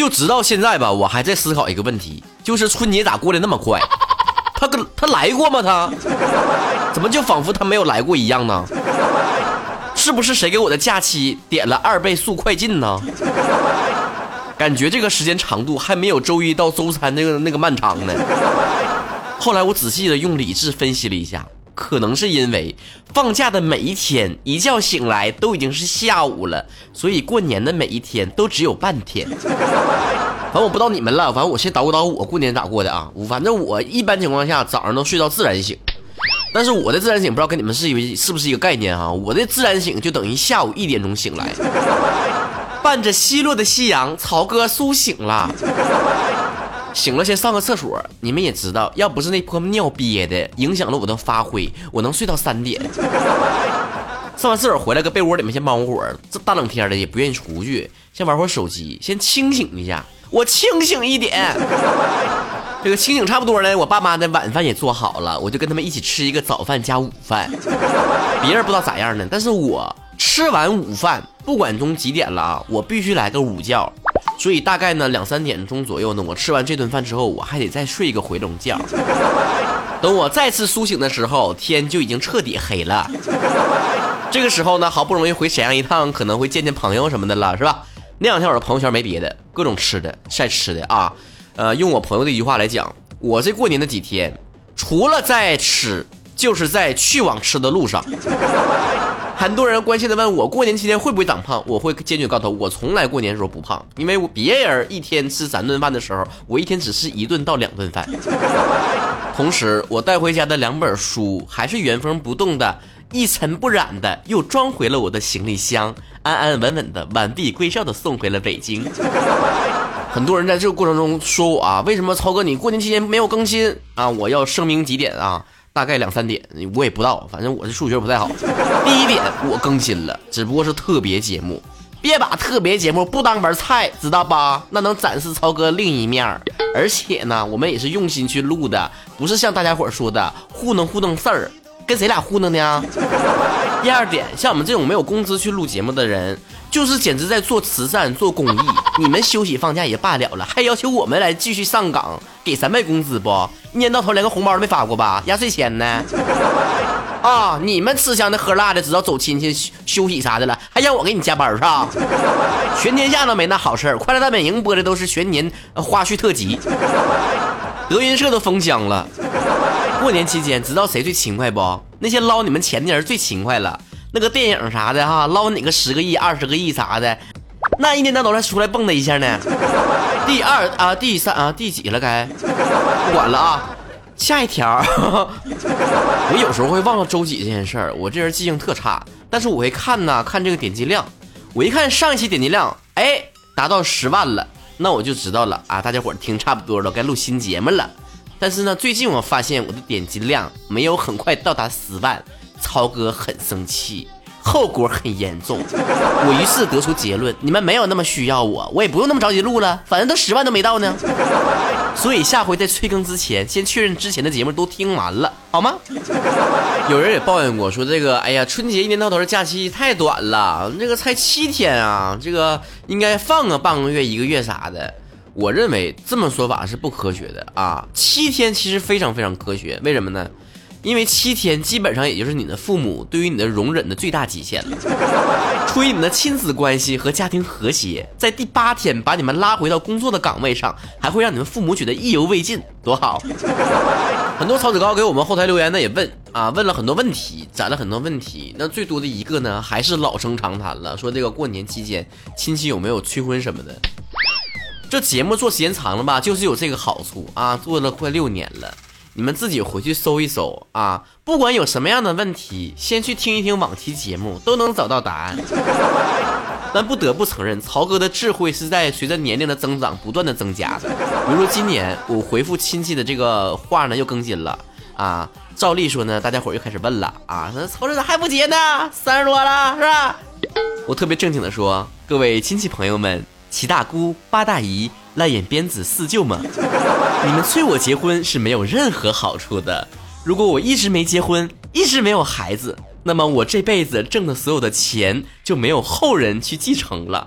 就直到现在吧，我还在思考一个问题，就是春节咋过得那么快？他来过吗？他怎么就仿佛他没有来过一样呢？是不是谁给我的假期点了2倍速快进呢？感觉这个时间长度还没有周一到周三那个漫长呢。后来我仔细的用理智分析了一下，可能是因为放假的每一天一觉醒来都已经是下午了，所以过年的每一天都只有半天。反正我不知道你们了，反正我先捣鼓我过年咋过的啊。反正我一般情况下早上都睡到自然醒，但是我的自然醒不知道跟你们是不是一个概念啊？我的自然醒就等于下午1点钟醒来，伴着西落的夕阳，曹哥苏醒了。醒了先上个厕所，你们也知道，要不是那泼尿憋的影响了我的发挥，我能睡到3点。上完厕所回来，搁被窝里面先帮会儿，这大冷天的也不愿意出去，先玩会儿手机，先清醒一下，我清醒一点。这个清醒差不多呢，我爸妈的晚饭也做好了，我就跟他们一起吃一个早饭加午饭。别人不知道咋样呢，但是我吃完午饭，不管中几点了啊，我必须来个午觉。所以大概呢2、3点钟左右呢，我吃完这顿饭之后，我还得再睡一个回笼觉。等我再次苏醒的时候，天就已经彻底黑了。这个时候呢，好不容易回沈阳一趟，可能会见见朋友什么的了，是吧？那2天我的朋友圈没别的，各种吃的晒吃的啊。用我朋友的一句话来讲，我这过年的几天，除了在吃，就是在去往吃的路上。很多人关心的问我过年期间会不会长胖，我会坚决告诉我从来过年的时候不胖，因为别人一天吃3顿饭的时候，我一天只吃1顿到2顿饭。同时我带回家的2本书还是原封不动的一尘不染的又装回了我的行李箱，安安稳稳的完璧归赵的送回了北京。很多人在这个过程中说我啊，为什么曹哥你过年期间没有更新啊？我要声明几点啊，大概2、3点，我也不知道，反正我这数学不太好。第1点，我更新了，只不过是特别节目，别把特别节目不当盘菜，知道吧？那能展示曹哥另一面。而且呢，我们也是用心去录的，不是像大家伙说的糊弄事儿，跟谁俩糊弄呢？第2点，像我们这种没有工资去录节目的人，就是简直在做慈善做公益。你们休息放假也罢了，还要求我们来继续上岗，给3倍工资不？一年到头连个红包都没发过吧？压岁钱呢？啊，你们吃香的喝辣的，知道走亲戚休息啥的了，还让我给你加班是吧？全天下都没那好事儿。快乐大本营播的都是全年花絮特辑，德云社都封箱了。过年期间知道谁最勤快不？那些捞你们钱的人最勤快了。那个电影啥的哈，捞哪个10个亿、20个亿啥的，那一年到头还出来蹦跶一下呢。第2啊，第3啊，第几了该？不管了啊。下一条，我有时候会忘了周几这件事儿，我这人记性特差，但是我会看这个点击量，我一看上一期点击量，哎，达到10万了，那我就知道了啊，大家伙听差不多了，该录新节目了。但是呢，最近我发现我的点击量没有很快到达10万，曹哥很生气，后果很严重。我于是得出结论，你们没有那么需要我也不用那么着急录了，反正都10万都没到呢。所以下回在催更之前，先确认之前的节目都听完了，好吗？有人也抱怨过说这个，哎呀，春节一年到头的假期太短了，这个才7天啊，这个应该放个半个月、1个月啥的。我认为这么说法是不科学的啊，7天其实非常非常科学，为什么呢？因为7天基本上也就是你的父母对于你的容忍的最大极限了。出于你们的亲子关系和家庭和谐，在第8天把你们拉回到工作的岗位上，还会让你们父母觉得意犹未尽，多好。很多曹子高给我们后台留言呢，也问了很多问题，攒了很多问题。那最多的一个呢，还是老生常谈了，说这个过年期间亲戚有没有催婚什么的。这节目做时间长了吧，就是有这个好处啊，做了快6年了。你们自己回去搜一搜啊，不管有什么样的问题，先去听一听往期节目，都能找到答案。但不得不承认，曹哥的智慧是在随着年龄的增长不断的增加的。比如说今年我回复亲戚的这个话呢又更新了啊，照例说呢，大家伙又开始问了啊，说曹哥咋还不结呢？30多了是吧？我特别正经的说，各位亲戚朋友们，7大姑8大姨烂眼鞭子4舅们，你们催我结婚是没有任何好处的。如果我一直没结婚，一直没有孩子，那么我这辈子挣的所有的钱就没有后人去继承了。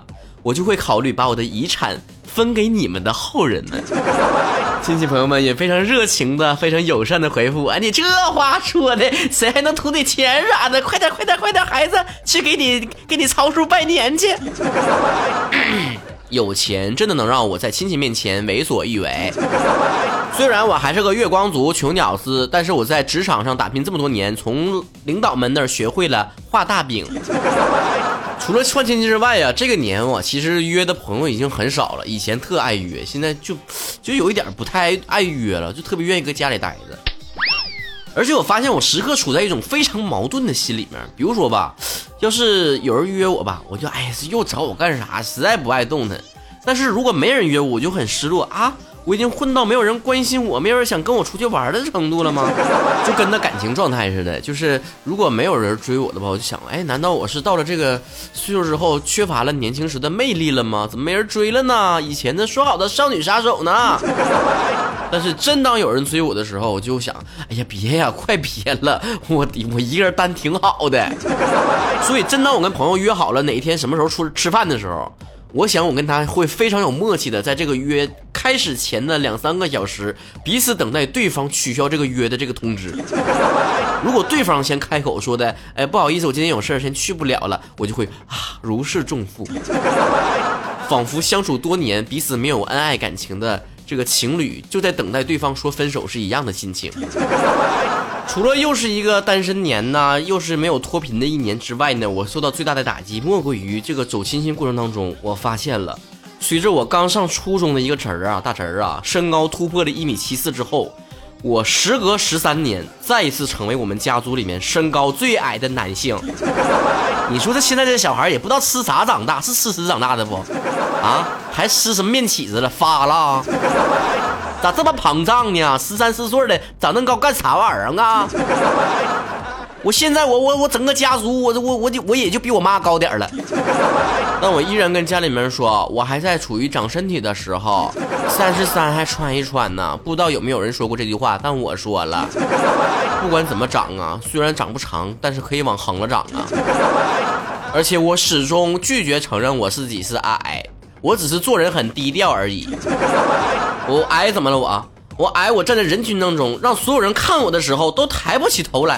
我就会考虑把我的遗产分给你们的后人们。亲戚朋友们也非常热情的、非常友善的回复：“你这话说的，谁还能图你钱啥的？快点，孩子，去给你曹叔拜年去。”有钱真的能让我在亲戚面前为所欲为。虽然我还是个月光族、穷屌丝，但是我在职场上打拼这么多年，从领导们那儿学会了画大饼。除了串亲戚之外啊，这个年我其实约的朋友已经很少了。以前特爱约，现在就有一点不太爱约了，就特别愿意搁家里待着。而且我发现我时刻处在一种非常矛盾的心里面。比如说吧，要是有人约我吧，我就又找我干啥，实在不爱动弹。但是如果没人约我，我就很失落啊。我已经混到没有人关心我，没有人想跟我出去玩的程度了吗？就跟那感情状态似的，就是如果没有人追我的话，我就想，难道我是到了这个岁数之后缺乏了年轻时的魅力了吗？怎么没人追了呢？以前的说好的少女杀手呢？但是真当有人追我的时候，我就想，别呀，快别了，我一个人单挺好的。所以真当我跟朋友约好了哪一天什么时候出吃饭的时候，我想我跟他会非常有默契的，在这个约开始前的2-3个小时，彼此等待对方取消这个约的这个通知。如果对方先开口说的，不好意思，我今天有事先去不了了，我就会如释重负，仿佛相处多年彼此没有恩爱感情的这个情侣，就在等待对方说分手是一样的心情。除了又是一个单身年呢，又是没有脱贫的一年之外呢，我受到最大的打击莫过于这个走亲戚过程当中，我发现了，随着我刚上初中的一个大侄儿啊，身高突破了1.74米之后，我时隔13年再一次成为我们家族里面身高最矮的男性。你说这现在这小孩也不知道吃啥长大，是吃屎长大的不？还吃什么面起子了？发了？咋这么膨胀呢？13、14岁的长那么高干啥玩意儿啊？我现在我整个家族我也就比我妈高点了。但我依然跟家里面说，我还在处于长身体的时候，33还穿一穿呢。不知道有没有人说过这句话，但我说了，不管怎么长啊，虽然长不长，但是可以往横了长啊。而且我始终拒绝承认我自己是矮，我只是做人很低调而已。我矮怎么了？我矮，我站在人群当中，让所有人看我的时候都抬不起头来。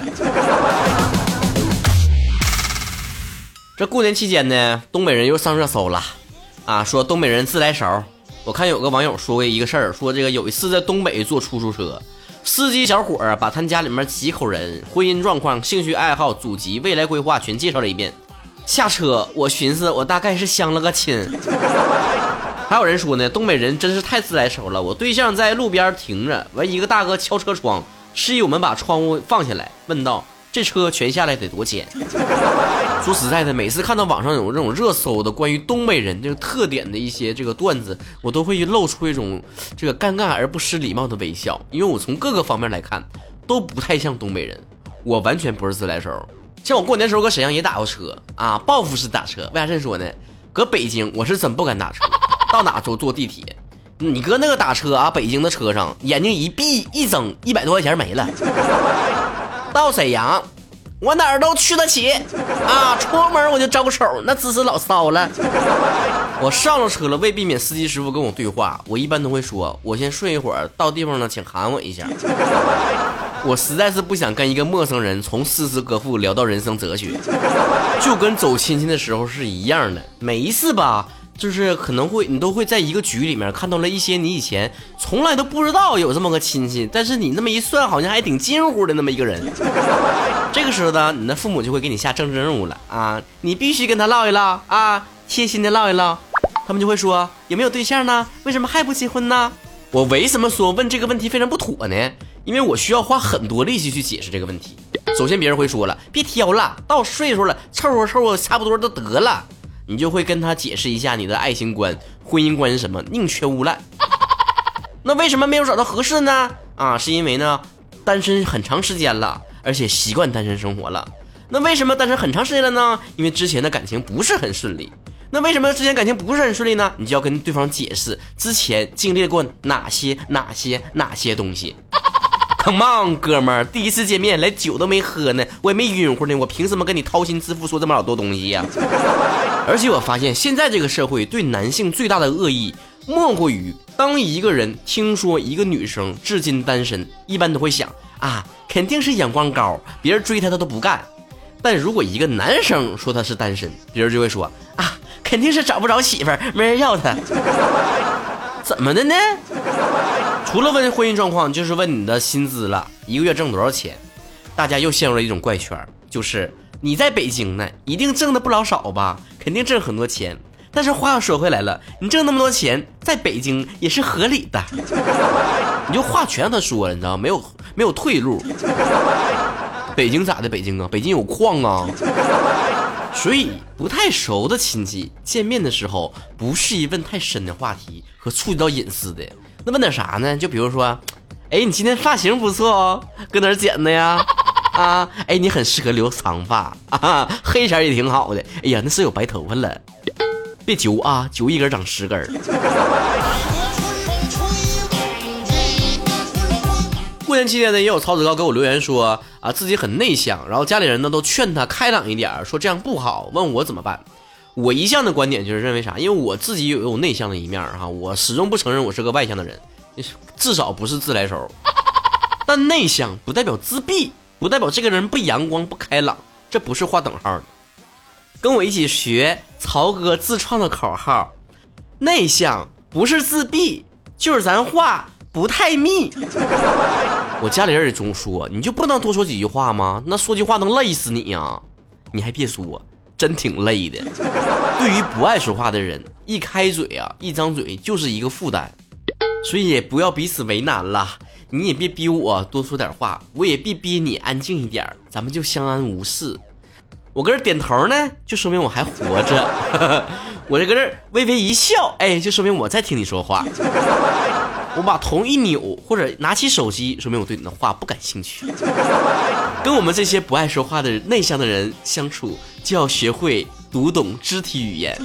这过年期间呢，东北人又上热搜了说东北人自来熟。我看有个网友说过一个事儿，说这个有一次在东北坐出租车，司机小伙把他家里面几口人、婚姻状况、兴趣爱好、祖籍、未来规划全介绍了一遍。下车我寻思我大概是相了个亲。还有人说呢，东北人真是太自来熟了。我对象在路边停着，完一个大哥敲车窗，示意我们把窗户放下来，问道：“这车全下来得多钱？”说实在的，每次看到网上有这种热搜的关于东北人这个特点的一些这个段子，我都会露出一种这个尴尬而不失礼貌的微笑，因为我从各个方面来看都不太像东北人，我完全不是自来熟。像我过年时候搁沈阳也打过车报复式打车。为啥这么说呢？搁北京我是真不敢打车，到哪都坐地铁。你搁那个打车北京的车上，眼睛一闭一整100多块钱没了。到沈阳我哪儿都去得起出门我就招手，那姿势老骚了。我上了车了，为避免司机师傅跟我对话，我一般都会说，我先睡一会儿，到地方呢请喊我一下。我实在是不想跟一个陌生人从诗词歌赋聊到人生哲学，就跟走亲戚的时候是一样的。每一次吧，就是可能你都会在一个局里面看到了一些你以前从来都不知道有这么个亲戚，但是你那么一算好像还挺近乎的那么一个人。这个时候呢，你的父母就会给你下政治任务了你必须跟他唠一唠贴心的唠一唠。他们就会说，有没有对象呢？为什么还不结婚呢？我为什么说问这个问题非常不妥呢？因为我需要花很多力气去解释这个问题。首先别人会说了，别挑了，到岁数了凑合差不多都得了。你就会跟他解释一下你的爱情观、婚姻观是什么，宁缺毋滥。那为什么没有找到合适呢？是因为呢单身很长时间了，而且习惯单身生活了。那为什么单身很长时间了呢？因为之前的感情不是很顺利。那为什么之前感情不是很顺利呢？你就要跟对方解释之前经历过哪些东西。Come on， 哥们儿，第一次见面连酒都没喝呢，我也没晕乎呢，我凭什么跟你掏心自腹说这么老多东西呀而且我发现现在这个社会对男性最大的恶意，莫过于当一个人听说一个女生至今单身，一般都会想啊，肯定是眼光高，别人追她他都不干。但如果一个男生说他是单身，别人就会说啊，肯定是找不着媳妇儿，没人要他。怎么的呢？除了问婚姻状况，就是问你的薪资了，一个月挣多少钱。大家又陷入了一种怪圈，就是你在北京呢，一定挣的不老少吧，肯定挣很多钱。但是话又说回来了，你挣那么多钱，在北京也是合理的。你就话全让他说了，你知道没有退路。北京咋的？北京啊，北京有矿啊。所以不太熟的亲戚见面的时候，不适宜问太深的话题和触及到隐私的。那问点啥呢？就比如说，哎，你今天发型不错哦，搁哪儿剪的呀？啊，哎，你很适合留长发啊，黑色也挺好的。哎呀，那是有白头发了，别揪啊，揪一根长10根。过年期间呢，也有曹子高给我留言说啊，自己很内向，然后家里人呢都劝他开朗一点，说这样不好，问我怎么办。我一向的观点就是认为啥，因为我自己也有内向的一面哈，我始终不承认我是个外向的人，至少不是自来熟。但内向不代表自闭，不代表这个人不阳光不开朗，这不是划等号的。跟我一起学曹哥自创的口号，内向不是自闭，就是咱话不太密。我家里人也总说，你就不能多说几句话吗？那说句话能累死你呀！你还别说，真挺累的。对于不爱说话的人，一开嘴啊，一张嘴就是一个负担，所以也不要彼此为难了。你也别逼我多说点话，我也别逼你安静一点，咱们就相安无事。我搁这点头呢，就说明我还活着。我这搁这微微一笑，哎，就说明我在听你说话。我把头一扭或者拿起手机，说明我对你的话不感兴趣。跟我们这些不爱说话的内向的人相处，就要学会读懂肢体语言。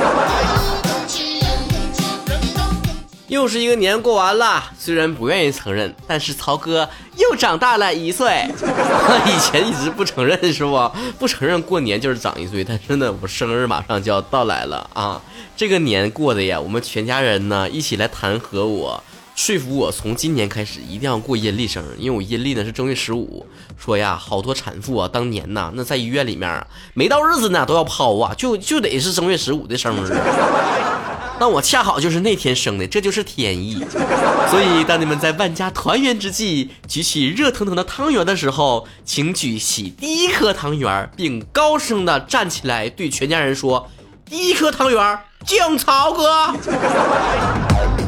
又是一个年过完了，虽然不愿意承认，但是曹哥又长大了1岁。以前一直不承认是不？不承认过年就是长1岁，但是呢，我生日马上就要到来了啊！这个年过的呀，我们全家人呢一起来弹劾我，说服我从今年开始一定要过阴历生日，因为我阴历呢是正月15。说呀，好多产妇啊，当年呢那在医院里面啊，没到日子呢都要抛啊，就得是正月15的生日。那我恰好就是那天生的，这就是天意。所以当你们在万家团圆之际举起热腾腾的汤圆的时候，请举起第1颗汤圆，并高声的站起来对全家人说，第1颗汤圆敬曹哥。